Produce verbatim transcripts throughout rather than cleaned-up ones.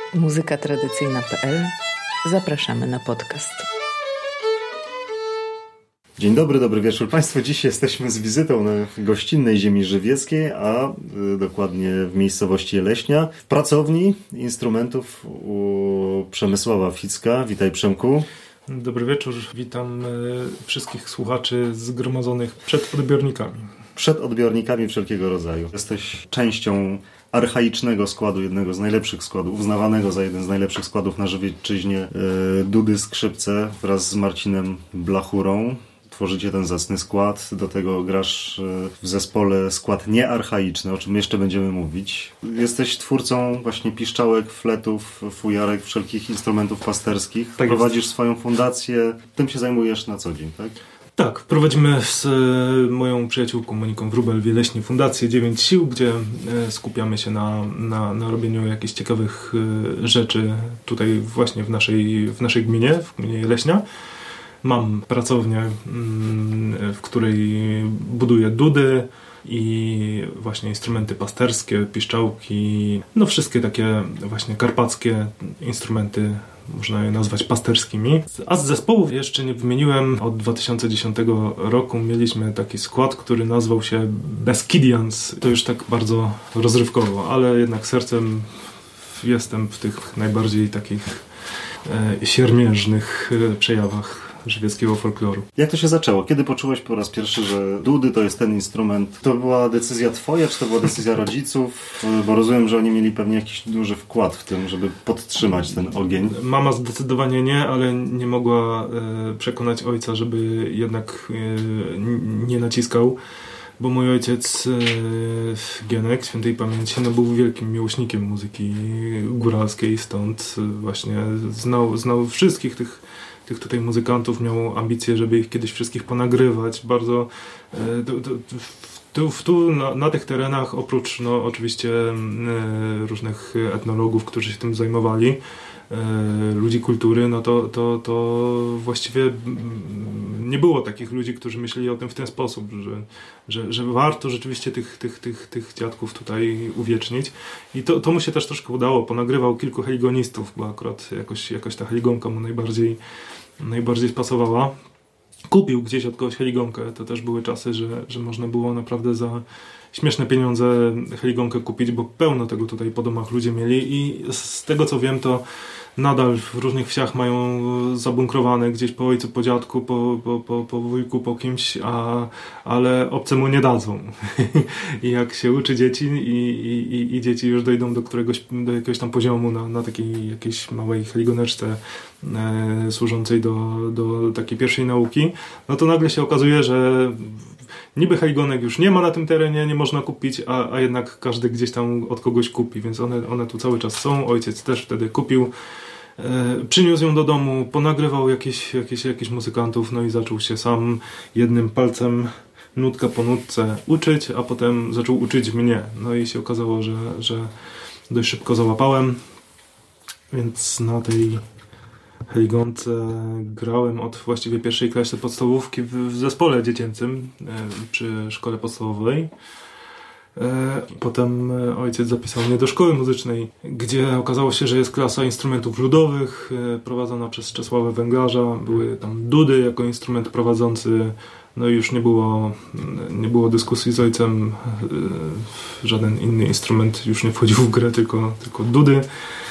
muzyka tradycyjna kropka pe el. Zapraszamy na podcast. Dzień dobry, dobry wieczór Państwu. Dziś jesteśmy z wizytą na gościnnej ziemi żywieckiej, a y, dokładnie w miejscowości Jeleśnia, w pracowni instrumentów u Przemysława Ficka. Witaj, Przemku. Dobry wieczór, witam wszystkich słuchaczy zgromadzonych przed odbiornikami. Przed odbiornikami wszelkiego rodzaju. Jesteś częścią archaicznego składu, jednego z najlepszych składów, uznawanego za jeden z najlepszych składów na Żywiecczyźnie, y, Dudy Skrzypce wraz z Marcinem Blachurą. Tworzycie ten zacny skład, do tego grasz w zespole skład niearchaiczny, o czym jeszcze będziemy mówić. Jesteś twórcą właśnie piszczałek, fletów, fujarek, wszelkich instrumentów pasterskich. Tak, prowadzisz jest. swoją fundację, tym się zajmujesz na co dzień, tak? Tak, prowadzimy z moją przyjaciółką Moniką Wróbel w Jeleśni fundację Dziewięć Sił, gdzie skupiamy się na, na, na robieniu jakichś ciekawych rzeczy tutaj właśnie w naszej, w naszej gminie, w gminie Jeleśnia. Mam pracownię, w której buduję dudy i właśnie instrumenty pasterskie, piszczałki, no wszystkie takie właśnie karpackie instrumenty, można je nazwać pasterskimi. A z zespołów jeszcze nie wymieniłem, od dwa tysiące dziesiątego roku mieliśmy taki skład, który nazwał się Beskidians. To już tak bardzo rozrywkowo, ale jednak sercem jestem w tych najbardziej takich e, siermiężnych e, przejawach żywieckiego folkloru. Jak to się zaczęło? Kiedy poczułeś po raz pierwszy, że dudy to jest ten instrument? To była decyzja twoja, czy to była decyzja rodziców? Bo rozumiem, że oni mieli pewnie jakiś duży wkład w tym, żeby podtrzymać ten ogień. Mama zdecydowanie nie, ale nie mogła e, przekonać ojca, żeby jednak e, nie naciskał. Bo mój ojciec e, Gienek, świętej pamięci, no był wielkim miłośnikiem muzyki góralskiej, stąd właśnie znał, znał wszystkich tych tych tutaj muzykantów, miał ambicje, żeby ich kiedyś wszystkich ponagrywać. Bardzo e, tu, tu, tu, tu na, na tych terenach, oprócz no, oczywiście e, różnych etnologów, którzy się tym zajmowali, e, ludzi kultury, no to, to, to właściwie nie było takich ludzi, którzy myśleli o tym w ten sposób, że, że, że warto rzeczywiście tych, tych, tych, tych dziadków tutaj uwiecznić. I to, to mu się też troszkę udało. Ponagrywał kilku heligonistów, bo akurat jakoś, jakoś ta heligonka mu najbardziej najbardziej spasowała. Kupił gdzieś od kogoś heligonkę. To też były czasy, że, że można było naprawdę za śmieszne pieniądze heligonkę kupić, bo pełno tego tutaj po domach ludzie mieli i z tego co wiem, to nadal w różnych wsiach mają zabunkrowane gdzieś po ojcu, po dziadku, po, po, po, po wujku, po kimś, a, ale obcemu nie dadzą. I jak się uczy dzieci i, i, i dzieci już dojdą do któregoś, do jakiegoś tam poziomu na, na takiej jakiejś małej heligoneczce e, służącej do, do takiej pierwszej nauki, no to nagle się okazuje, że niby heligonek już nie ma na tym terenie, nie można kupić, a, a jednak każdy gdzieś tam od kogoś kupi, więc one, one tu cały czas są. Ojciec też wtedy kupił, e, przyniósł ją do domu, ponagrywał jakieś, jakieś, jakieś muzykantów, no i zaczął się sam jednym palcem, nutka po nutce uczyć, a potem zaczął uczyć mnie. No i się okazało, że, że dość szybko załapałem, więc na tej heligonce grałem od właściwie pierwszej klasy podstawówki w, w zespole dziecięcym e, przy szkole podstawowej. E, potem ojciec zapisał mnie do szkoły muzycznej, gdzie okazało się, że jest klasa instrumentów ludowych e, prowadzona przez Czesława Węglarza. Były tam dudy jako instrument prowadzący. No i już nie było, nie było dyskusji z ojcem. E, żaden inny instrument już nie wchodził w grę, tylko, tylko dudy.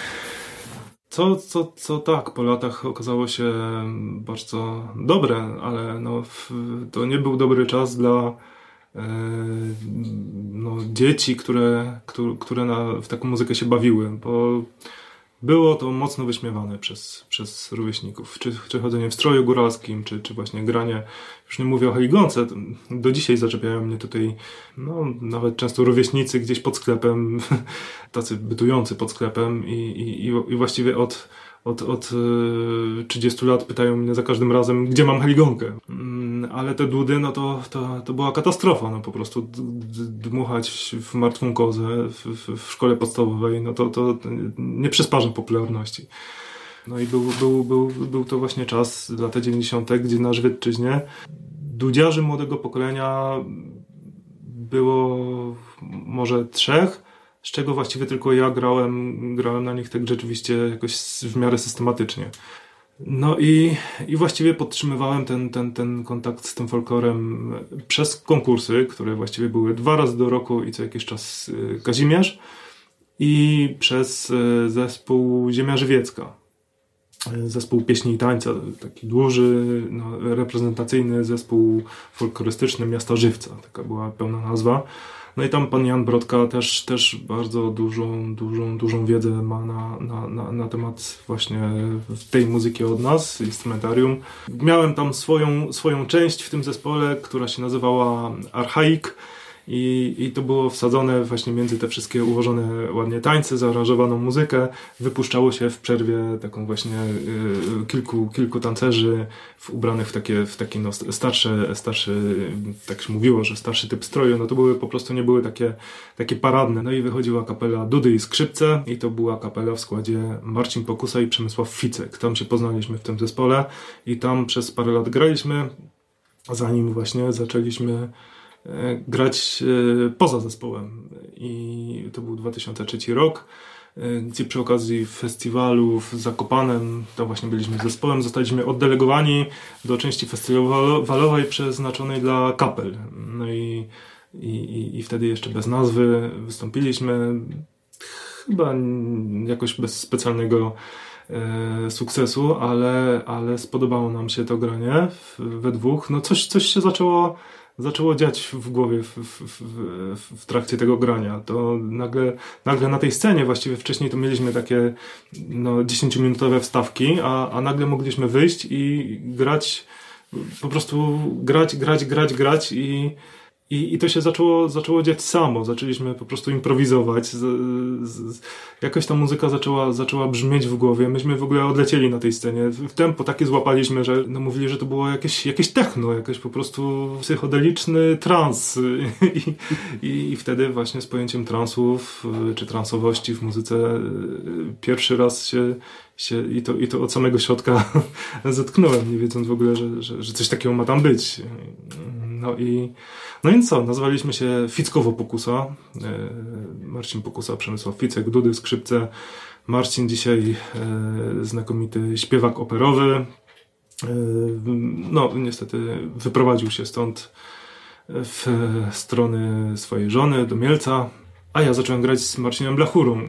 Co, co, co tak, po latach okazało się bardzo dobre, ale no, to nie był dobry czas dla e, no, dzieci, które, które, które na, w taką muzykę się bawiły, bo było to mocno wyśmiewane przez, przez rówieśników. Czy, czy chodzenie w stroju góralskim, czy, czy właśnie granie. Już nie mówię o heligonce. Do dzisiaj zaczepiają mnie tutaj no, nawet często rówieśnicy gdzieś pod sklepem, tacy bytujący pod sklepem i, i, i właściwie od, od, od trzydziestu lat pytają mnie za każdym razem, gdzie mam heligonkę. Ale te dudy, no to, to, to była katastrofa. No po prostu dmuchać w martwą kozę w, w, w szkole podstawowej, no to, to nie przysparza popularności. No i był, był, był, był to właśnie czas, lata dziewięćdziesiąte, gdzie na Żywiecczyźnie dudziarzy młodego pokolenia było może trzech, z czego właściwie tylko ja grałem, grałem na nich tak rzeczywiście jakoś w miarę systematycznie. No i, i właściwie podtrzymywałem ten, ten, ten kontakt z tym folklorem przez konkursy, które właściwie były dwa razy do roku i co jakiś czas Kazimierz, i przez zespół Ziemia Żywiecka. Zespół pieśni i tańca, taki duży, no, reprezentacyjny zespół folklorystyczny Miasta Żywca, taka była pełna nazwa. No i tam pan Jan Brodka też, też bardzo dużą, dużą, dużą wiedzę ma na, na, na, na temat właśnie tej muzyki od nas, instrumentarium. Miałem tam swoją, swoją część w tym zespole, która się nazywała Archaik. I, I to było wsadzone właśnie między te wszystkie ułożone ładnie tańce, zaaranżowaną muzykę. Wypuszczało się w przerwie taką właśnie y, kilku, kilku tancerzy w, ubranych w takie, w takie no, starsze, starsze, tak się mówiło, że starszy typ stroju. No to były po prostu nie były takie, takie paradne. No i wychodziła kapela Dudy i Skrzypce i to była kapela w składzie Marcin Pokusa i Przemysław Ficek. Tam się poznaliśmy w tym zespole i tam przez parę lat graliśmy, zanim właśnie zaczęliśmy grać poza zespołem. I to był dwa tysiące trzeci rok, gdzie przy okazji festiwalu w Zakopanem, to właśnie byliśmy z zespołem, zostaliśmy oddelegowani do części festiwalowej przeznaczonej dla kapel. No i, i, i wtedy jeszcze bez nazwy wystąpiliśmy, chyba jakoś bez specjalnego e, sukcesu, ale, ale spodobało nam się to granie w, we dwóch. No coś, coś się zaczęło zaczęło dziać w głowie w, w, w, w trakcie tego grania. To nagle, nagle na tej scenie, właściwie wcześniej to mieliśmy takie no, dziesięciominutowe wstawki, a, a nagle mogliśmy wyjść i grać, po prostu grać, grać, grać, grać i, i, i to się zaczęło, zaczęło dziać samo. Zaczęliśmy po prostu improwizować. Z, z, jakoś ta muzyka zaczęła, zaczęła brzmieć w głowie. Myśmy w ogóle odlecieli na tej scenie. W tempo takie złapaliśmy, że no, mówili, że to było jakieś, jakieś techno, jakiś po prostu psychodeliczny trans. I, i, I wtedy właśnie z pojęciem transów czy transowości w muzyce pierwszy raz się, się i, to, i to od samego środka zetknąłem, nie wiedząc w ogóle, że, że, że coś takiego ma tam być. No i No i co, nazwaliśmy się Fickowo Pokusa. Marcin Pokusa, Przemysław Ficek, Dudy, Skrzypce. Marcin dzisiaj e, znakomity śpiewak operowy. E, no niestety wyprowadził się stąd w strony swojej żony do Mielca, a ja zacząłem grać z Marcinem Blachurą.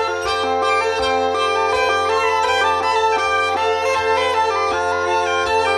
Oj,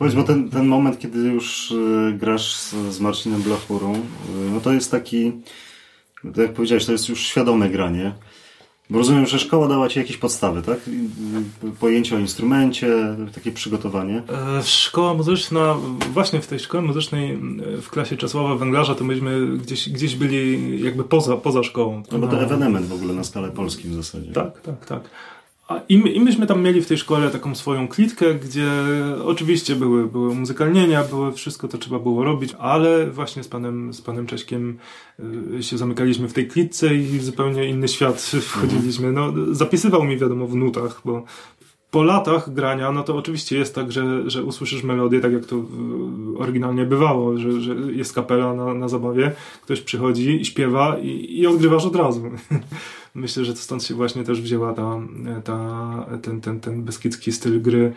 Powiedz, bo ten, ten moment, kiedy już y, grasz z, z Marcinem Blachurą, y, no to jest taki, tak jak powiedziałeś, to jest już świadome granie. Bo rozumiem, że szkoła dała ci jakieś podstawy, tak? Pojęcie o instrumencie, takie przygotowanie. E, szkoła muzyczna, właśnie w tej szkole muzycznej w klasie Czesława Węglarza to myśmy gdzieś, gdzieś byli jakby poza, poza szkołą. No bo to ewenement w ogóle na skalę Polski w zasadzie. Tak, tak, tak. A i, my, I myśmy tam mieli w tej szkole taką swoją klitkę, gdzie oczywiście były, były muzykalnienia, było wszystko to trzeba było robić, ale właśnie z panem, z panem Cześkiem y, się zamykaliśmy w tej klitce i w zupełnie inny świat wchodziliśmy. No, zapisywał mi wiadomo w nutach, bo po latach grania, no to oczywiście jest tak, że, że usłyszysz melodię, tak jak to oryginalnie bywało, że, że jest kapela na, na zabawie, ktoś przychodzi i śpiewa i, i odgrywasz od razu. Myślę, że to stąd się właśnie też wzięła ta, ta, ten, ten, ten beskidzki styl gry.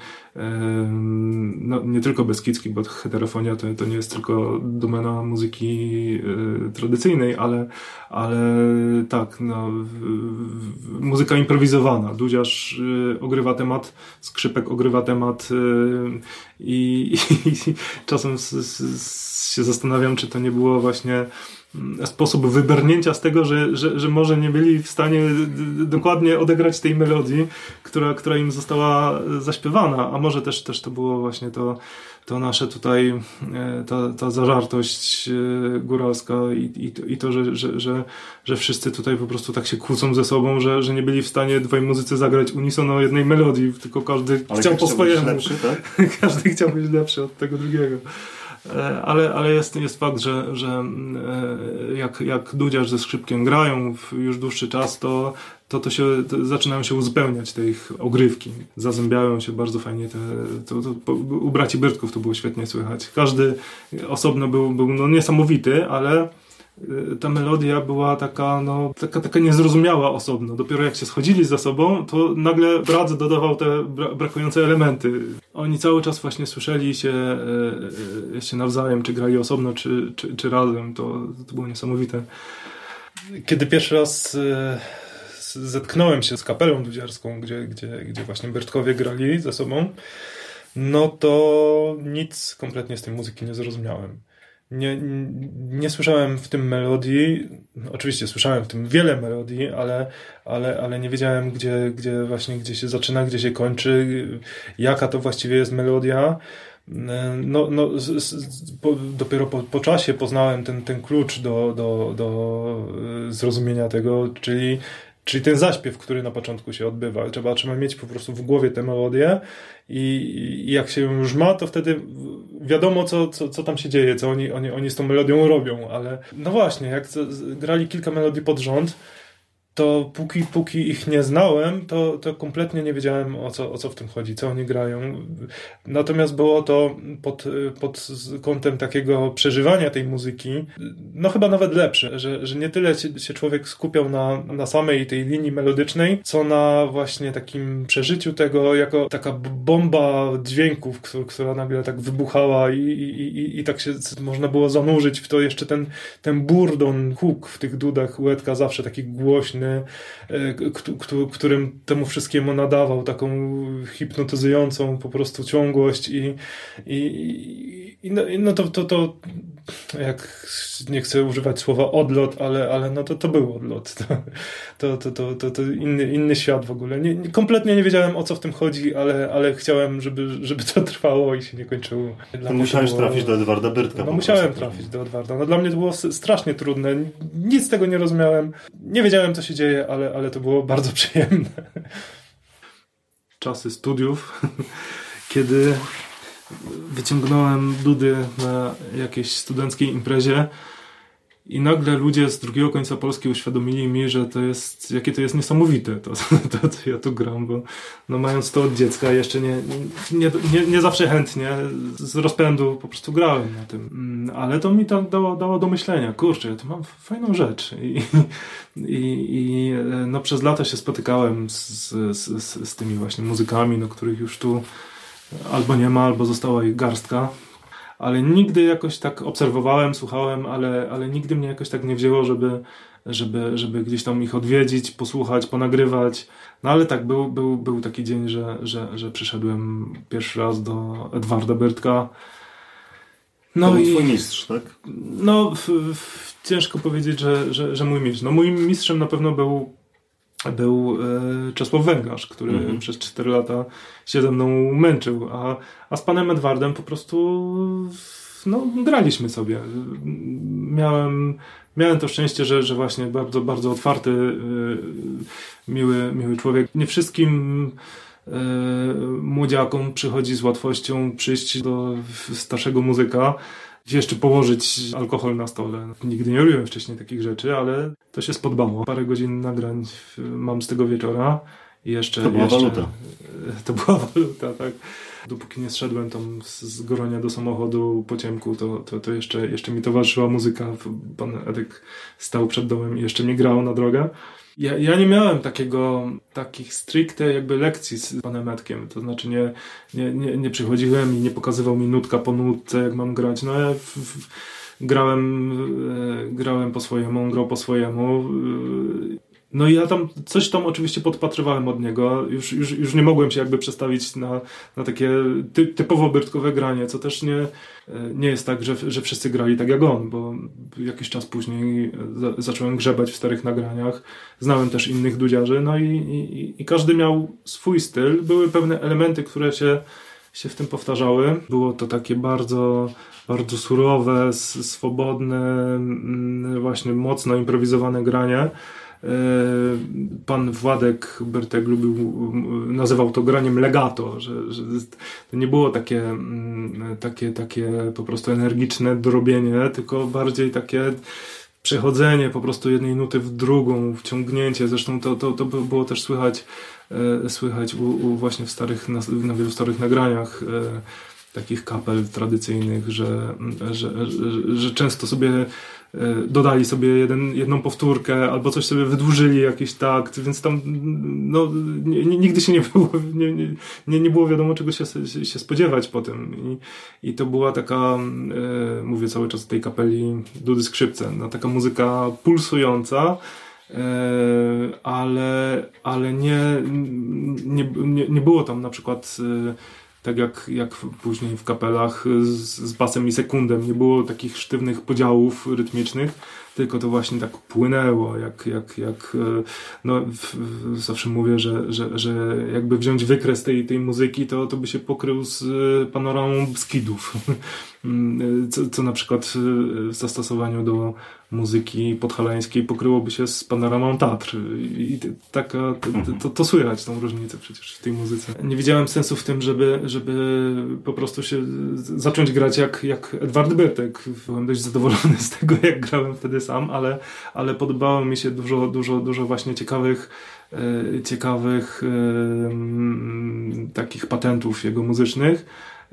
No, nie tylko beskidzki, bo heterofonia to, to nie jest tylko domena muzyki tradycyjnej, ale, ale tak, no, muzyka improwizowana. Dudziarz ogrywa temat, skrzypek ogrywa temat i, i, i czasem s, s, się zastanawiam, czy to nie było właśnie sposób wybrnięcia z tego, że, że, że może nie byli w stanie dokładnie odegrać tej melodii, która, która im została zaśpiewana, a może też, też to było właśnie to, to nasze tutaj, ta, ta zażartość góralska i, i, i to, że, że, że, że wszyscy tutaj po prostu tak się kłócą ze sobą, że, że nie byli w stanie dwaj muzycy zagrać unisono jednej melodii, tylko każdy Ale chciał po swojemu. Lepszy, tak? Każdy chciał być lepszy od tego drugiego. Ale, ale jest, jest fakt, że, że jak, jak Dudziarz ze skrzypkiem grają już dłuższy czas, to, to, to, się, to zaczynają się uzupełniać te ich ogrywki. Zazębiają się bardzo fajnie. Te, to, to, u braci Byrtków to było świetnie słychać. Każdy osobno był, był no, niesamowity, ale ta melodia była taka, no, taka, taka niezrozumiała osobno. Dopiero jak się schodzili za sobą, to nagle brat dodawał te bra- brakujące elementy. Oni cały czas właśnie słyszeli się, e, się nawzajem, czy grali osobno, czy, czy, czy razem. To, to było niesamowite. Kiedy pierwszy raz e, zetknąłem się z kapelą dudziarską, gdzie, gdzie, gdzie właśnie Byrtkowie grali ze sobą, no to nic kompletnie z tej muzyki nie zrozumiałem. Nie, nie, nie słyszałem w tym melodii, no oczywiście słyszałem w tym wiele melodii, ale, ale, ale nie wiedziałem, gdzie, gdzie właśnie gdzie się zaczyna, gdzie się kończy, jaka to właściwie jest melodia. No, no, z, z, po, dopiero po, po czasie poznałem ten, ten klucz do, do, do zrozumienia tego, czyli Czyli ten zaśpiew, który na początku się odbywa. Trzeba, trzeba mieć po prostu w głowie tę melodię i, i jak się już ma, to wtedy wiadomo, co, co, co tam się dzieje, co oni, oni, oni z tą melodią robią, ale no właśnie, jak grali kilka melodii pod rząd, to póki, póki ich nie znałem, to, to kompletnie nie wiedziałem, o co, o co w tym chodzi, co oni grają. Natomiast było to pod, pod kątem takiego przeżywania tej muzyki, no chyba nawet lepsze, że, że nie tyle się, się człowiek skupiał na, na samej tej linii melodycznej, co na właśnie takim przeżyciu tego, jako taka bomba dźwięków, która nagle tak wybuchała i, i, i, i tak się można było zanurzyć w to. Jeszcze ten, ten burdon, huk w tych dudach Łetka zawsze taki głośny, którym temu wszystkiemu nadawał taką hipnotyzującą po prostu ciągłość i, i, i no, no to, to, to jak nie chcę używać słowa odlot, ale, ale no to, to był odlot. To, to, to, to, to inny, inny świat w ogóle. Nie, nie, kompletnie nie wiedziałem, o co w tym chodzi, ale, ale chciałem, żeby, żeby to trwało i się nie kończyło. To musiałeś było... trafić do Edwarda Byrtka. No musiałem trafić do Edwarda. No dla mnie to było strasznie trudne. Nic z tego nie rozumiałem. Nie wiedziałem, co się dzieje, ale, ale to było bardzo przyjemne. Czasy studiów, kiedy wyciągnąłem dudy na jakiejś studenckiej imprezie i nagle ludzie z drugiego końca Polski uświadomili mi, że to jest, jakie to jest niesamowite, to, to, to ja tu gram, bo no mając to od dziecka jeszcze nie, nie, nie, nie zawsze chętnie z rozpędu po prostu grałem na tym, ale to mi tak dało, dało do myślenia, kurczę, ja tu mam fajną rzecz i, i, i no przez lata się spotykałem z, z, z, z tymi właśnie muzykami, no których już tu albo nie ma, albo została ich garstka. Ale nigdy jakoś tak obserwowałem, słuchałem, ale, ale nigdy mnie jakoś tak nie wzięło, żeby, żeby, żeby gdzieś tam ich odwiedzić, posłuchać, ponagrywać. No ale tak, był, był, był taki dzień, że, że, że przyszedłem pierwszy raz do Edwarda Byrtka. No to był i twój mistrz, tak? No, w, w, ciężko powiedzieć, że, że, że mój mistrz. No moim mistrzem na pewno był był e, Czesław Węgarz, który mhm. przez cztery lata się ze mną męczył, a, a z panem Edwardem po prostu no, graliśmy sobie. Miałem, miałem to szczęście, że, że właśnie bardzo, bardzo otwarty, e, miły, miły człowiek. Nie wszystkim e, młodziakom przychodzi z łatwością przyjść do starszego muzyka, jeszcze położyć alkohol na stole. Nigdy nie robiłem wcześniej takich rzeczy, ale to się spodbało. Parę godzin nagrań mam z tego wieczora i jeszcze... To była jeszcze, waluta. To była waluta, tak. Dopóki nie zszedłem tam z Goronia do samochodu po ciemku, to, to, to jeszcze, jeszcze mi towarzyszyła muzyka. Pan Edek stał przed domem i jeszcze mi grał na drogę. Ja, ja nie miałem takiego, takich stricte jakby lekcji z panem Edkiem, to znaczy nie, nie, nie, nie przychodziłem i nie pokazywał mi nutka po nutce, jak mam grać. No ja w, w, grałem, e, grałem po swojemu, on grał po swojemu. E, no i ja tam coś tam oczywiście podpatrywałem od niego. Już, już, już nie mogłem się jakby przestawić na, na takie ty, typowo byrtkowe granie, co też nie, nie jest tak, że, że wszyscy grali tak jak on, bo jakiś czas później za, zacząłem grzebać w starych nagraniach. Znałem też innych dudziarzy, no i, i, i każdy miał swój styl. Były pewne elementy, które się, się w tym powtarzały. Było to takie bardzo, bardzo surowe, swobodne, właśnie mocno improwizowane granie. Pan Władek Byrtek lubił, nazywał to graniem legato, że, że to nie było takie, takie, takie po prostu energiczne dorobienie, tylko bardziej takie przechodzenie po prostu jednej nuty w drugą, wciągnięcie. Zresztą to, to, to było też słychać, słychać u, u właśnie w starych, na, na wielu starych nagraniach takich kapel tradycyjnych, że, że, że, że często sobie dodali sobie jeden, jedną powtórkę albo coś sobie wydłużyli jakiś takt, więc tam no, nie, nigdy się nie było, nie, nie, nie było wiadomo, czego się, się spodziewać po tym. I, i to była taka, e, mówię cały czas o tej kapeli Dudy Skrzypce, no, taka muzyka pulsująca, e, ale, ale nie, nie, nie, nie było tam na przykład e, tak jak, jak później w kapelach z, z basem i sekundem. Nie było takich sztywnych podziałów rytmicznych, tylko to właśnie tak płynęło, jak, jak, jak no, w, w, zawsze mówię, że, że, że jakby wziąć wykres tej, tej muzyki, to, to by się pokrył z panoramą Beskidów. Co, co na przykład w zastosowaniu do muzyki podhalańskiej pokryłoby się z panoramą Tatr. I taka, to, to, to słychać tą różnicę przecież w tej muzyce. Nie widziałem sensu w tym, żeby, żeby po prostu się zacząć grać jak, jak Edward Byrtek. Byłem dość zadowolony z tego, jak grałem wtedy sam, ale, ale podobało mi się dużo, dużo, dużo właśnie ciekawych ciekawych takich patentów jego muzycznych,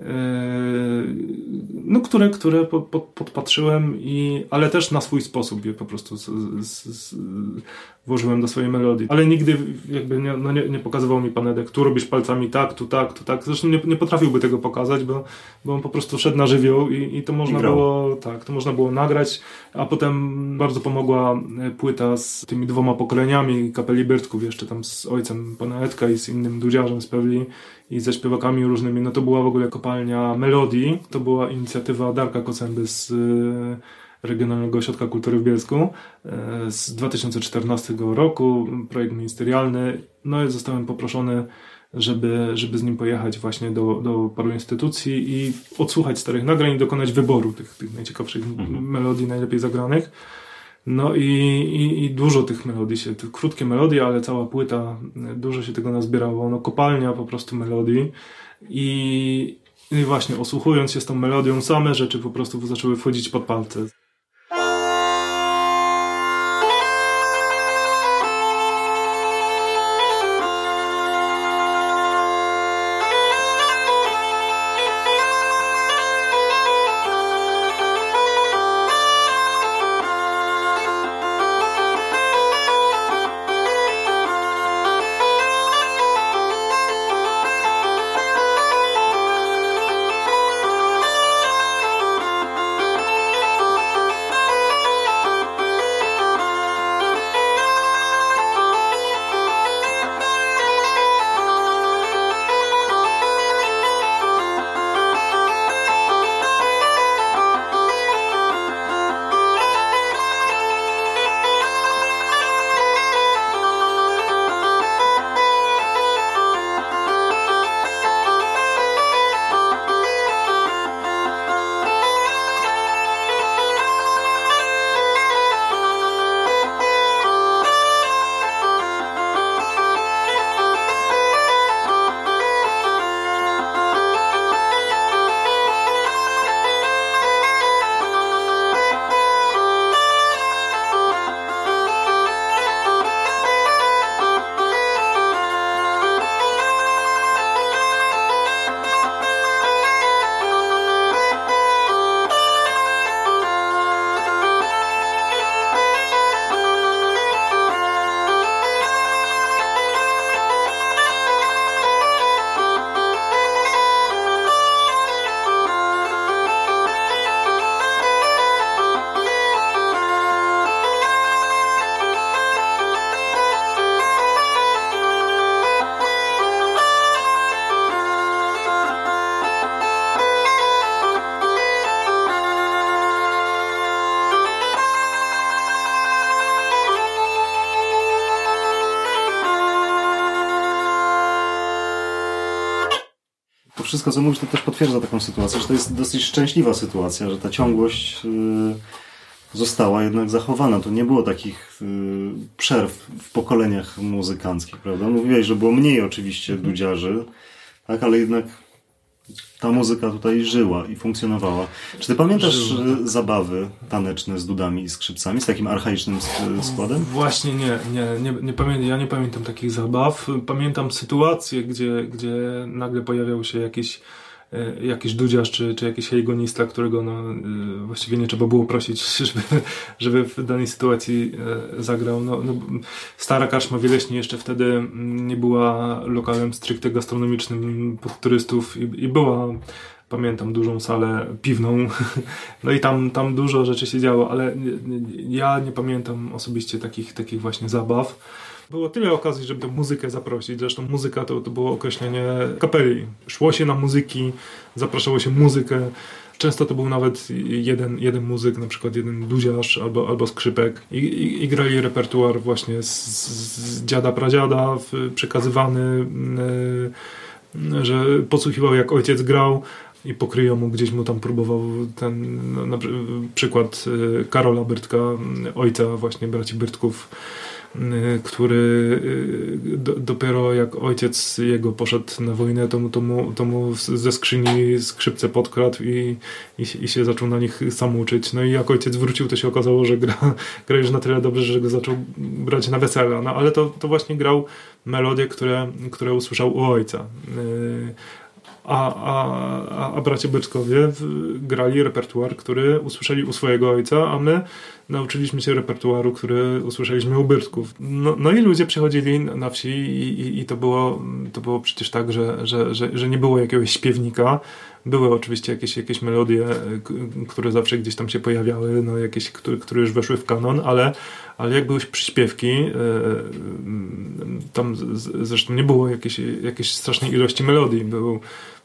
no, które, które pod, pod, podpatrzyłem, i, ale też na swój sposób je po prostu z, z, z, włożyłem do swojej melodii. Ale nigdy jakby nie, no nie, nie pokazywał mi pan Edek, tu robisz palcami tak, tu tak, tu tak. Zresztą nie, nie potrafiłby tego pokazać, bo, bo on po prostu szedł na żywioł i, i to można I było tak, to można było nagrać, a potem bardzo pomogła płyta z tymi dwoma pokoleniami kapeli Byrtków, jeszcze tam z ojcem pana Edka i z innym dudziarzem z Pewli i ze śpiewakami różnymi. No to była w ogóle kopalnia melodii. To była inicjatywa Darka Kocęby z Regionalnego Ośrodka Kultury w Bielsku z dwa tysiące czternastego roku, projekt ministerialny. No i zostałem poproszony, żeby, żeby z nim pojechać właśnie do, do paru instytucji i odsłuchać starych nagrań i dokonać wyboru tych, tych najciekawszych mhm. melodii, najlepiej zagranych. No i, i, i dużo tych melodii się, krótkie melodie, ale cała płyta, dużo się tego nazbierało. No kopalnia po prostu melodii. I, i właśnie osłuchując się z tą melodią, same rzeczy po prostu zaczęły wchodzić pod palce. wszystko, co mówisz, to też potwierdza taką sytuację, że to jest dosyć szczęśliwa sytuacja, że ta ciągłość yy, została jednak zachowana. Tu nie było takich yy, przerw w pokoleniach muzykanckich, prawda? Mówiłeś, że było mniej oczywiście dudziarzy, tak, ale jednak ta muzyka tutaj żyła i funkcjonowała. Czy ty pamiętasz Żyła. zabawy taneczne z dudami i skrzypcami, z takim archaicznym składem? Właśnie nie, nie, nie, nie pamiętam, ja nie pamiętam takich zabaw. Pamiętam sytuacje, gdzie, gdzie nagle pojawiał się jakiś jakiś dudziarz, czy, czy jakiś heligonista, którego no, właściwie nie trzeba było prosić, żeby, żeby w danej sytuacji zagrał. No, no, stara karczma Wieleśnie jeszcze wtedy nie była lokalem stricte gastronomicznym pod turystów i, i była, pamiętam, dużą salę piwną. No i tam, tam dużo rzeczy się działo, ale ja nie pamiętam osobiście takich, takich właśnie zabaw. Było tyle okazji, żeby tę muzykę zaprosić. Zresztą muzyka to, to było określenie kapeli. Szło się na muzyki, zapraszało się muzykę. Często to był nawet jeden, jeden muzyk, na przykład jeden dudziarz albo, albo skrzypek. I, i, i grali repertuar właśnie z, z dziada pradziada, przekazywany, yy, że podsłuchiwał, jak ojciec grał i pokryjomu mu gdzieś mu tam próbował ten, na, na przykład Karola Byrtka, ojca właśnie braci Byrtków, który do, dopiero jak ojciec jego poszedł na wojnę, to mu, to mu, to mu ze skrzyni skrzypce podkradł i, i, i się zaczął na nich sam uczyć. No i jak ojciec wrócił, to się okazało, że gra, gra już na tyle dobrze, że go zaczął brać na wesela. No ale to, to właśnie grał melodie, które, które usłyszał u ojca. A, a, a bracia Byczkowie grali repertuar, który usłyszeli u swojego ojca, a my nauczyliśmy się repertuaru, który usłyszeliśmy u Byrtków. No, no i ludzie przychodzili na wsi i, i, i to, było, to było przecież tak, że, że, że, że nie było jakiegoś śpiewnika. Były oczywiście jakieś, jakieś melodie, które zawsze gdzieś tam się pojawiały, no jakieś, które, które już weszły w kanon, ale, ale jak były przyśpiewki, tam zresztą nie było jakiejś, jakiejś strasznej ilości melodii, był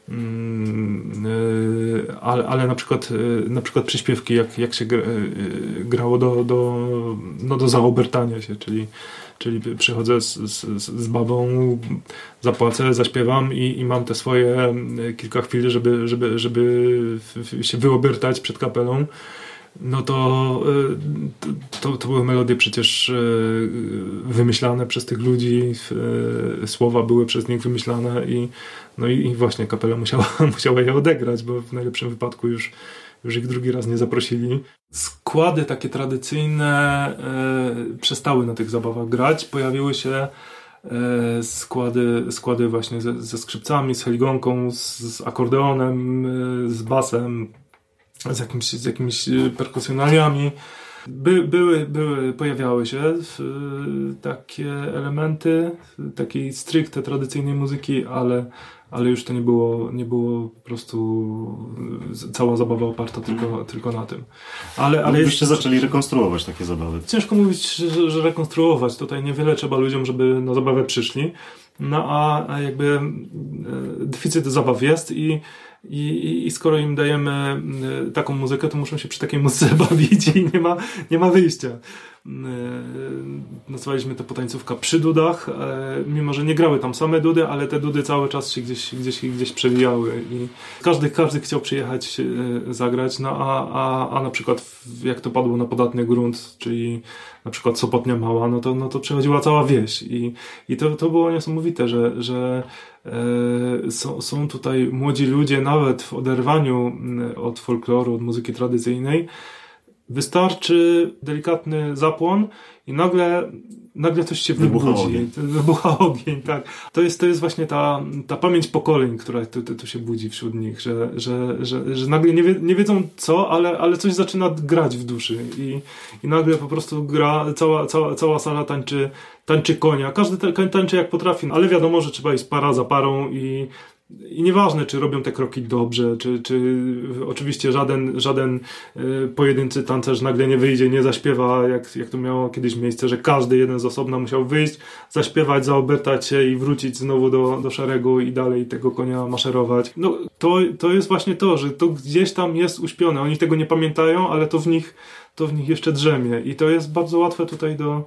ale, ale na przykład na przykład przyśpiewki, jak, jak się grało do, do, no do zaobertania się, czyli, czyli przychodzę z, z, z babą, zapłacę, zaśpiewam i, i mam te swoje kilka chwil, żeby, żeby, żeby się wyobertać przed kapelą. No to, to, to były melodie przecież wymyślane przez tych ludzi, słowa były przez nich wymyślane i, no i, i właśnie kapela musiała, musiała je odegrać, bo w najlepszym wypadku już, już ich drugi raz nie zaprosili. Składy takie tradycyjne przestały na tych zabawach grać, pojawiły się składy, składy właśnie ze, ze skrzypcami, z heligonką, z, z akordeonem, z basem, z jakimiś, z jakimiś perkusjonaliami. By, były, były, pojawiały się takie elementy takiej stricte tradycyjnej muzyki, ale, ale już to nie było, nie było po prostu cała zabawa oparta tylko, tylko na tym. Ale, ale byście jest... zaczęli rekonstruować takie zabawy. Ciężko mówić, że, że rekonstruować. Tutaj niewiele trzeba ludziom, żeby na zabawę przyszli. No a, a jakby deficyt zabaw jest i I, I skoro im dajemy taką muzykę, to muszą się przy takiej muzyce bawić i nie ma, nie ma wyjścia. Nazwaliśmy to potańcówka przy dudach, mimo że nie grały tam same dudy, ale te dudy cały czas się gdzieś, gdzieś, gdzieś przewijały i każdy, każdy chciał przyjechać zagrać, no a, a, a na przykład jak to padło na podatny grunt, czyli na przykład Sopotnia Mała, no to, no to przechodziła cała wieś i, i to, to było niesamowite, że, że e, są, są tutaj młodzi ludzie nawet w oderwaniu od folkloru, od muzyki tradycyjnej. Wystarczy delikatny zapłon i nagle, nagle coś się wybucha wybudzi. ogień. Wybucha ogień, tak. To jest, to jest właśnie ta, ta pamięć pokoleń, która tu, tu, tu się budzi wśród nich, że, że, że, że nagle nie, wie, nie wiedzą co, ale, ale coś zaczyna grać w duszy i, i nagle po prostu gra, cała, cała, cała sala tańczy, tańczy konia. Każdy tańczy jak potrafi, ale wiadomo, że trzeba iść para za parą i I nieważne, czy robią te kroki dobrze, czy, czy oczywiście żaden, żaden y, pojedynczy tancerz nagle nie wyjdzie, nie zaśpiewa, jak, jak to miało kiedyś miejsce, że każdy jeden z osobna musiał wyjść, zaśpiewać, zaobertać się i wrócić znowu do, do szeregu i dalej tego konia maszerować. No, to, to jest właśnie to, że to gdzieś tam jest uśpione. Oni tego nie pamiętają, ale to w nich, to w nich jeszcze drzemie. I to jest bardzo łatwe tutaj do,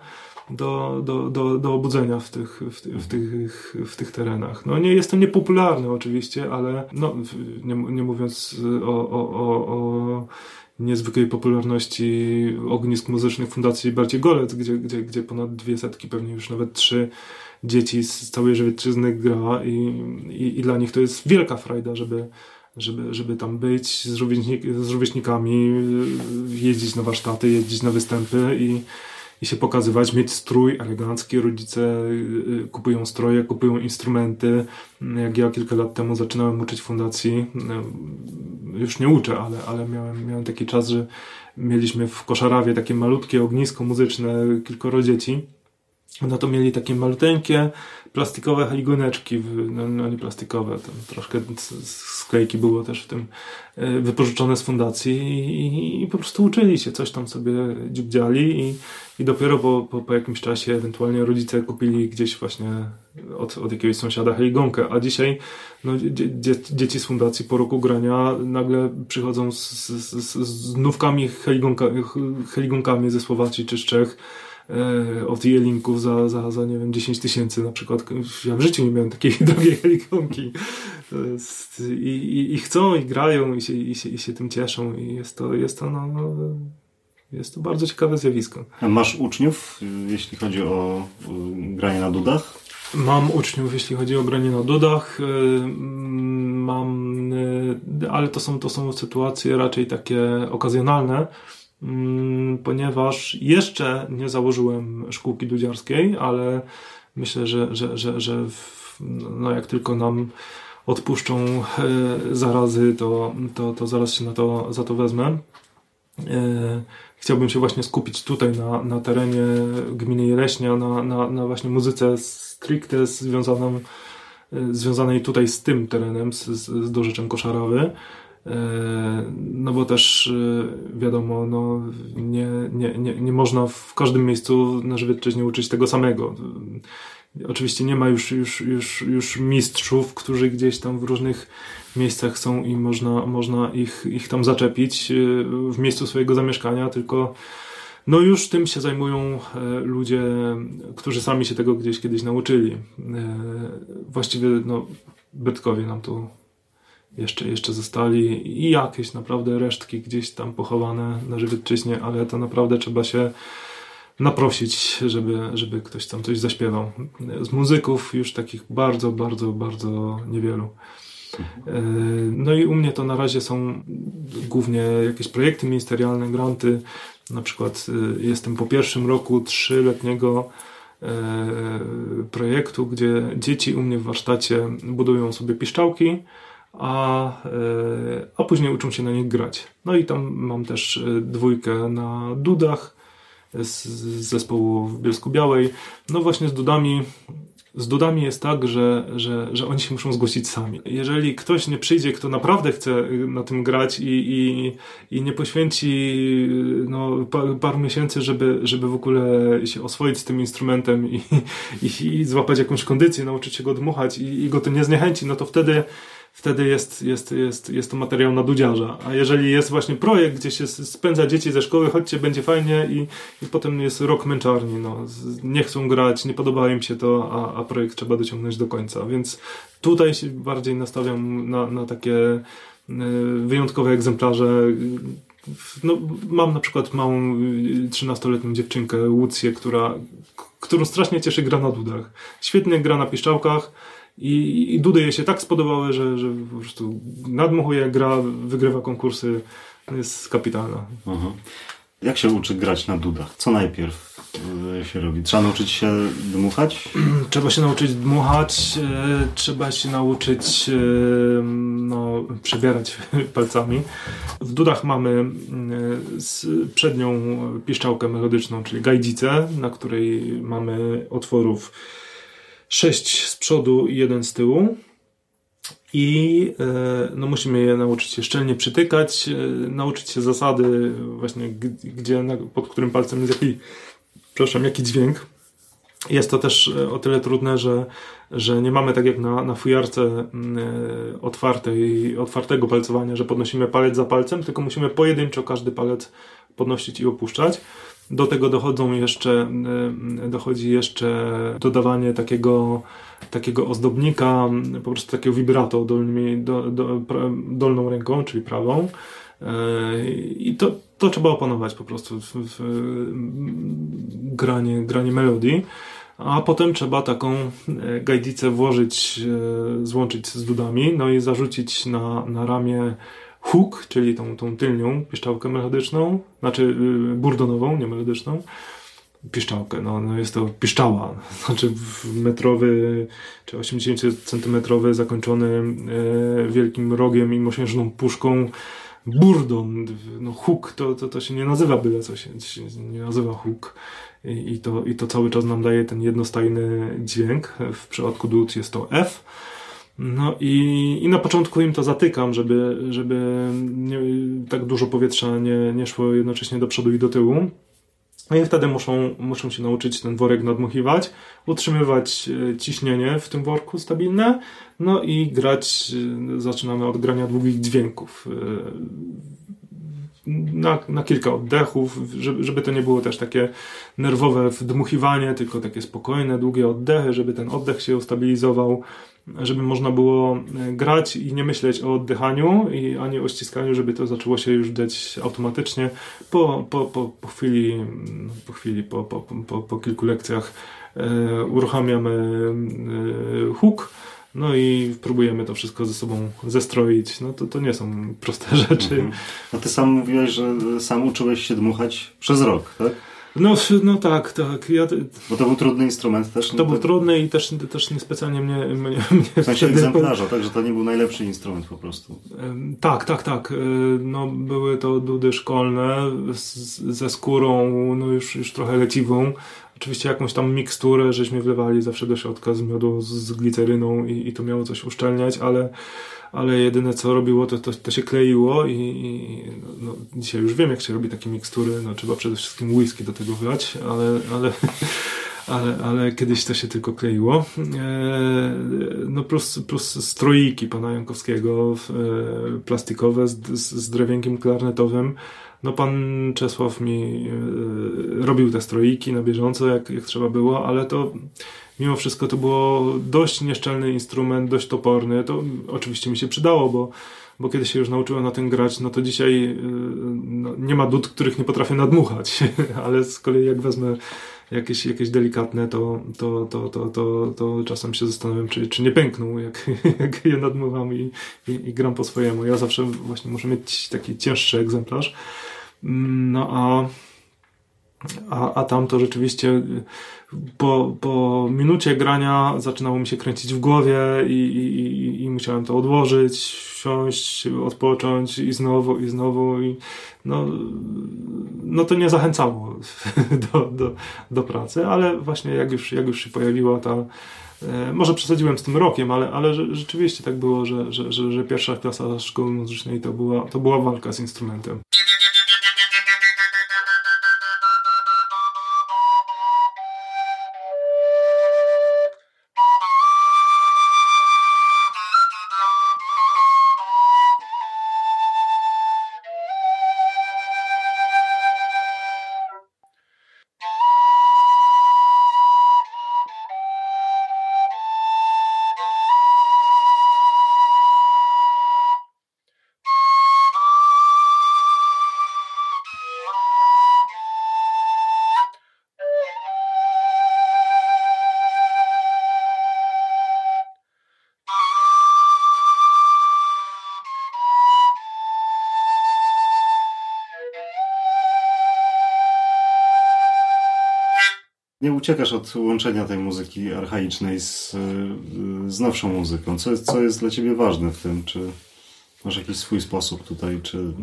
do, do, do, do obudzenia w tych, w, w, tych, w tych terenach. No nie jestem niepopularny oczywiście, ale no, nie, nie mówiąc o, o, o, o niezwykłej popularności ognisk muzycznych Fundacji Barciej Golec, gdzie, gdzie, gdzie ponad dwie setki, pewnie już nawet trzy dzieci z całej Żywiecczyzny gra i, i, i dla nich to jest wielka frajda, żeby Żeby, żeby tam być z, rówieśnik, z rówieśnikami, jeździć na warsztaty, jeździć na występy i, i się pokazywać, mieć strój elegancki. Rodzice kupują stroje, kupują instrumenty. Jak ja kilka lat temu zaczynałem uczyć fundacji, już nie uczę, ale, ale miałem, miałem taki czas, że mieliśmy w Koszarawie takie malutkie ognisko muzyczne, kilkoro dzieci. No to mieli takie maluteńkie, plastikowe heligoneczki, no, no nie plastikowe, tam troszkę sklejki było też w tym wypożyczone z fundacji i, i po prostu uczyli się, coś tam sobie dziubdziali i, i dopiero po, po, po jakimś czasie ewentualnie rodzice kupili gdzieś właśnie od, od jakiegoś sąsiada heligonkę, a dzisiaj no, dzie, dzie, dzieci z fundacji po roku grania nagle przychodzą z, z, z, z nówkami heligonka, heligonkami ze Słowacji czy z Czech, od jelinków za, za, za nie wiem, dziesięć tysięcy na przykład. Ja w życiu nie miałem takiej drogiej heligonki. I, i, I chcą, i grają, i się, i, się, i się tym cieszą. I jest to, jest to, no, jest to bardzo ciekawe zjawisko. A masz uczniów, jeśli chodzi o granie na dudach? Mam uczniów, jeśli chodzi o granie na dudach. Mam, ale to są, to są sytuacje raczej takie okazjonalne, ponieważ jeszcze nie założyłem szkółki dudziarskiej, ale myślę, że, że, że, że w, no jak tylko nam odpuszczą zarazy, to, to, to zaraz się na to, za to wezmę. Chciałbym się właśnie skupić tutaj na, na terenie gminy Jeleśnia, na, na, na właśnie muzyce stricte związaną, związanej tutaj z tym terenem, z, z dorzeczem Koszarawy. No bo też wiadomo, no nie, nie, nie, nie można w każdym miejscu na Żywiecczyźnie uczyć tego samego. Oczywiście nie ma już, już, już, już mistrzów, którzy gdzieś tam w różnych miejscach są i można, można ich, ich tam zaczepić w miejscu swojego zamieszkania, tylko no już tym się zajmują ludzie, którzy sami się tego gdzieś kiedyś nauczyli. Właściwie no Bytkowie nam tu Jeszcze, jeszcze zostali i jakieś naprawdę resztki gdzieś tam pochowane na Żywiecczyźnie, ale to naprawdę trzeba się naprosić, żeby, żeby ktoś tam coś zaśpiewał. Z muzyków już takich bardzo, bardzo, bardzo niewielu. No i u mnie to na razie są głównie jakieś projekty ministerialne, granty. Na przykład jestem po pierwszym roku trzyletniego projektu, gdzie dzieci u mnie w warsztacie budują sobie piszczałki, A, a później uczą się na nich grać. No i tam mam też dwójkę na dudach z, z zespołu w Bielsku-Białej. No właśnie z dudami, z dudami jest tak, że, że, że oni się muszą zgłosić sami. Jeżeli ktoś nie przyjdzie, kto naprawdę chce na tym grać i, i, i nie poświęci no, par, paru miesięcy, żeby, żeby w ogóle się oswoić z tym instrumentem i, i, i złapać jakąś kondycję, nauczyć się go dmuchać i, i go to nie zniechęci, no to wtedy Wtedy jest, jest, jest, jest to materiał na dudziarza. A jeżeli jest właśnie projekt, gdzie się spędza dzieci ze szkoły, chodźcie, będzie fajnie i, i potem jest rok męczarni. No. Nie chcą grać, nie podoba im się to, a, a projekt trzeba dociągnąć do końca. Więc tutaj się bardziej nastawiam na, na takie wyjątkowe egzemplarze. No, mam na przykład małą trzynastoletnią dziewczynkę, Łucję, która, którą strasznie cieszy gra na dudach. Świetnie gra na piszczałkach. I, i dudy jej się tak spodobały, że, że po prostu nadmuchuje, gra, wygrywa konkursy, jest kapitalna. Aha. Jak się uczy grać na dudach? Co najpierw się robi? Trzeba nauczyć się dmuchać? Trzeba się nauczyć dmuchać, e, trzeba się nauczyć e, no, przebierać palcami. W dudach mamy e, z przednią piszczałkę melodyczną, czyli gajdzicę, na której mamy otworów sześć z przodu i jeden z tyłu i no, musimy je nauczyć się szczelnie przytykać, nauczyć się zasady właśnie gdzie, pod którym palcem jest jaki, przepraszam, jaki dźwięk. Jest to też o tyle trudne, że, że nie mamy tak jak na, na fujarce otwartej, otwartego palcowania, że podnosimy palec za palcem, tylko musimy pojedynczo każdy palec podnosić i opuszczać. Do tego dochodzą jeszcze, dochodzi jeszcze dodawanie takiego, takiego ozdobnika, po prostu takiego vibrato dolnymi, do, do, pra, dolną ręką, czyli prawą. I to, to trzeba opanować po prostu w, w granie, granie melodii. A potem trzeba taką gajdicę włożyć, złączyć z dudami, no i zarzucić na, na ramię hook, czyli tą, tą tylnią pieszczałkę melodyczną, znaczy burdonową, nie melodyczną, pieszczałkę, no, no jest to pieszczała, znaczy metrowy czy osiemdziesięciocentymetrowy zakończony e, wielkim rogiem i mosiężną puszką burdon, no hook to, to, to się nie nazywa byle co się, się nie nazywa hook. I, i, to, I to cały czas nam daje ten jednostajny dźwięk. W przypadku dud jest to F. No i, i na początku im to zatykam, żeby, żeby nie, tak dużo powietrza nie, nie szło jednocześnie do przodu i do tyłu. No i wtedy muszą, muszą się nauczyć ten worek nadmuchiwać, utrzymywać ciśnienie w tym worku stabilne, no i grać, zaczynamy od grania długich dźwięków. Na, na kilka oddechów, żeby, żeby to nie było też takie nerwowe wdmuchiwanie, tylko takie spokojne, długie oddechy, żeby ten oddech się ustabilizował, żeby można było grać i nie myśleć o oddychaniu i ani o ściskaniu, żeby to zaczęło się już dziać automatycznie. Po, po, po, po chwili, po, chwili po, po, po, po kilku lekcjach e, uruchamiamy e, hook. No i próbujemy to wszystko ze sobą zestroić. No to, to nie są proste rzeczy. Mhm. No ty sam mówiłeś, że sam uczyłeś się dmuchać przez rok, tak? No, no tak, tak. Ja, bo to był trudny instrument też? To no był to... trudny i też, też niespecjalnie mnie... mnie, mnie w sensie egzemplarza, tak? Że to nie był najlepszy instrument po prostu. Tak, tak, tak. No, były to dudy szkolne z, ze skórą no już, już trochę leciwą. Oczywiście jakąś tam miksturę żeśmy wlewali zawsze do środka z miodu z, z gliceryną i, i to miało coś uszczelniać, ale, ale jedyne co robiło to, to, to się kleiło i, i no, dzisiaj już wiem jak się robi takie mikstury, no trzeba przede wszystkim whisky do tego wlać, ale, ale, ale, ale kiedyś to się tylko kleiło. E, no plus, plus stroiki pana Jankowskiego e, plastikowe z, z, z drewienkiem klarnetowym. No pan Czesław mi y, robił te stroiki na bieżąco, jak, jak trzeba było, ale to mimo wszystko to było dość nieszczelny instrument, dość toporny. To oczywiście mi się przydało, bo, bo kiedy się już nauczyłem na tym grać, no to dzisiaj y, no, nie ma dud, których nie potrafię nadmuchać, ale z kolei jak wezmę jakieś, jakieś delikatne, to, to, to, to, to, to czasem się zastanawiam, czy, czy nie pękną, jak, jak je nadmucham i, i, i gram po swojemu. Ja zawsze właśnie muszę mieć taki cięższy egzemplarz. No a, a, a tam to rzeczywiście po, po minucie grania zaczynało mi się kręcić w głowie i, i, i musiałem to odłożyć, wsiąść, odpocząć i znowu, i znowu. I no, no to nie zachęcało do, do, do pracy, ale właśnie jak już, jak już się pojawiła ta może przesadziłem z tym rokiem, ale, ale rzeczywiście tak było, że, że, że, że pierwsza klasa szkoły muzycznej to była, to była walka z instrumentem. Nie uciekasz od łączenia tej muzyki archaicznej z, z nowszą muzyką. Co jest, co jest dla ciebie ważne w tym? Czy masz jakiś swój sposób tutaj, czy...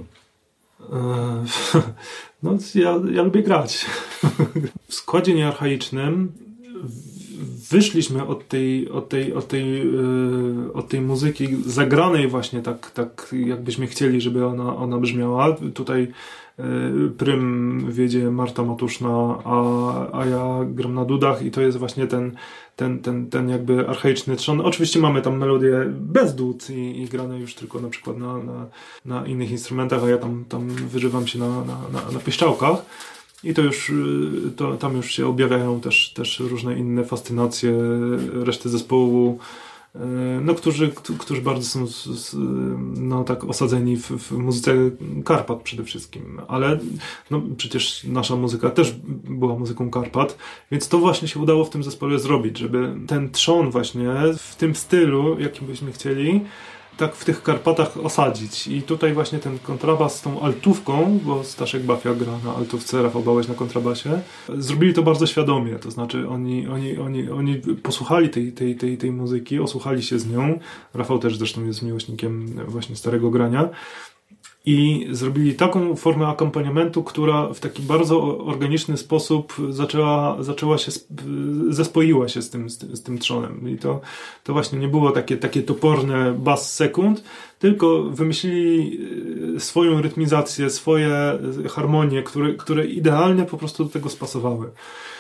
No, ja, ja lubię grać. W składzie niearchaicznym wyszliśmy od tej, od tej, od tej, od tej muzyki zagranej właśnie tak, tak jakbyśmy chcieli, żeby ona, ona brzmiała. Tutaj prym wiedzie Marta Matuszna, a, a ja gram na dudach i to jest właśnie ten, ten, ten, ten jakby archaiczny trzon. Oczywiście mamy tam melodię bez dud i, i grane już tylko na przykład na, na, na innych instrumentach, a ja tam, tam wyżywam się na, na, na, na pieszczałkach. I to już, to, tam już się objawiają też, też różne inne fascynacje reszty zespołu, no, którzy, którzy bardzo są no, tak osadzeni w, w muzyce Karpat przede wszystkim. Ale no, przecież nasza muzyka też była muzyką Karpat, więc to właśnie się udało w tym zespole zrobić, żeby ten trzon właśnie w tym stylu, jakim byśmy chcieli, tak w tych Karpatach osadzić. I tutaj właśnie ten kontrabas z tą altówką, bo Staszek Bafia gra na altówce, Rafał Bałeś na kontrabasie, zrobili to bardzo świadomie. To znaczy oni, oni, oni, oni posłuchali tej, tej, tej, tej muzyki, osłuchali się z nią. Rafał też zresztą jest miłośnikiem właśnie starego grania. I zrobili taką formę akompaniamentu, która w taki bardzo organiczny sposób zaczęła, zaczęła się, zespoiła się z tym, z, z tym trzonem. I to, to właśnie nie było takie, takie toporne bas sekund, tylko wymyślili swoją rytmizację, swoje harmonie, które, które idealnie po prostu do tego spasowały.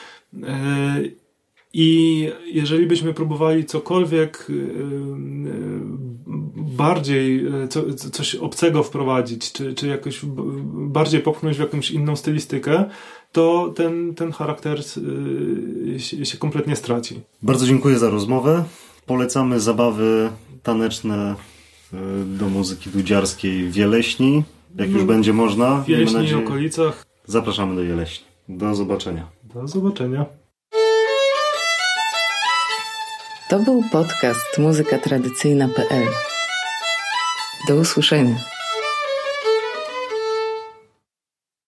I jeżeli byśmy próbowali cokolwiek bardziej, co, coś obcego wprowadzić, czy, czy jakoś bardziej popchnąć w jakąś inną stylistykę, to ten, ten charakter się, się kompletnie straci. Bardzo dziękuję za rozmowę. Polecamy zabawy taneczne do muzyki dudziarskiej w Jeleśni, jak już no, będzie można. W Jeleśni i okolicach. Zapraszamy do Jeleśni. Do zobaczenia. Do zobaczenia. To był podcast muzyka tradycyjna kropka p l. Do usłyszenia.